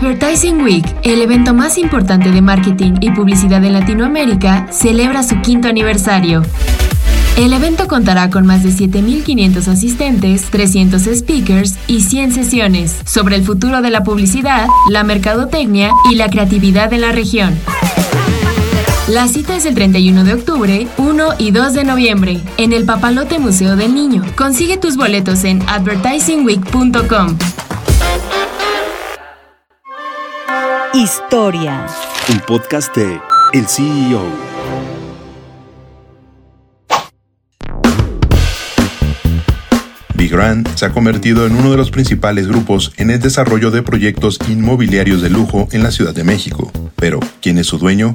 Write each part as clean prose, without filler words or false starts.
Advertising Week, el evento más importante de marketing y publicidad en Latinoamérica, celebra su 5º aniversario. El evento contará con más de 7,500 asistentes, 300 speakers y 100 sesiones sobre el futuro de la publicidad, la mercadotecnia y la creatividad en la región. La cita es el 31 de octubre, 1 y 2 de noviembre, en el Papalote Museo del Niño. Consigue tus boletos en advertisingweek.com. Historia. Un podcast de El CEO. BigRant se ha convertido en uno de los principales grupos en el desarrollo de proyectos inmobiliarios de lujo en la Ciudad de México. Pero, ¿quién es su dueño?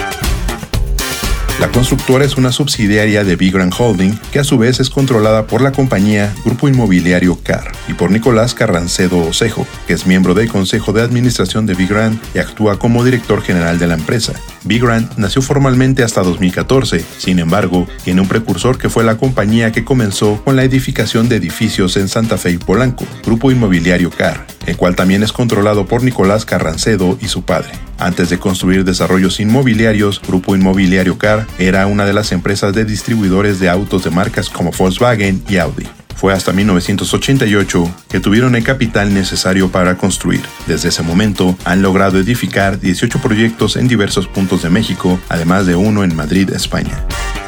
La constructora es una subsidiaria de BigRant Holding, que a su vez es controlada por la compañía Grupo Inmobiliario CAR y por Nicolás Carrancedo Osejo, que es miembro del Consejo de Administración de BigRant y actúa como director general de la empresa. BigRant nació formalmente hasta 2014, sin embargo, tiene un precursor que fue la compañía que comenzó con la edificación de edificios en Santa Fe y Polanco, Grupo Inmobiliario CAR, el cual también es controlado por Nicolás Carrancedo y su padre. Antes de construir desarrollos inmobiliarios, Grupo Inmobiliario CAR era una de las empresas de distribuidores de autos de marcas como Volkswagen y Audi. Fue hasta 1988 que tuvieron el capital necesario para construir. Desde ese momento han logrado edificar 18 proyectos en diversos puntos de México, además de uno en Madrid, España.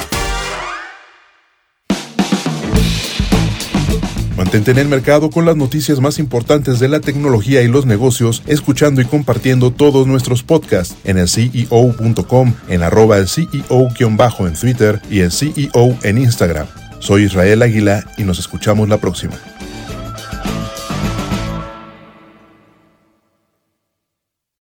Mantente en el mercado con las noticias más importantes de la tecnología y los negocios, escuchando y compartiendo todos nuestros podcasts en elceo.com, en @elceo_ en Twitter y el CEO en Instagram. Soy Israel Águila y nos escuchamos la próxima.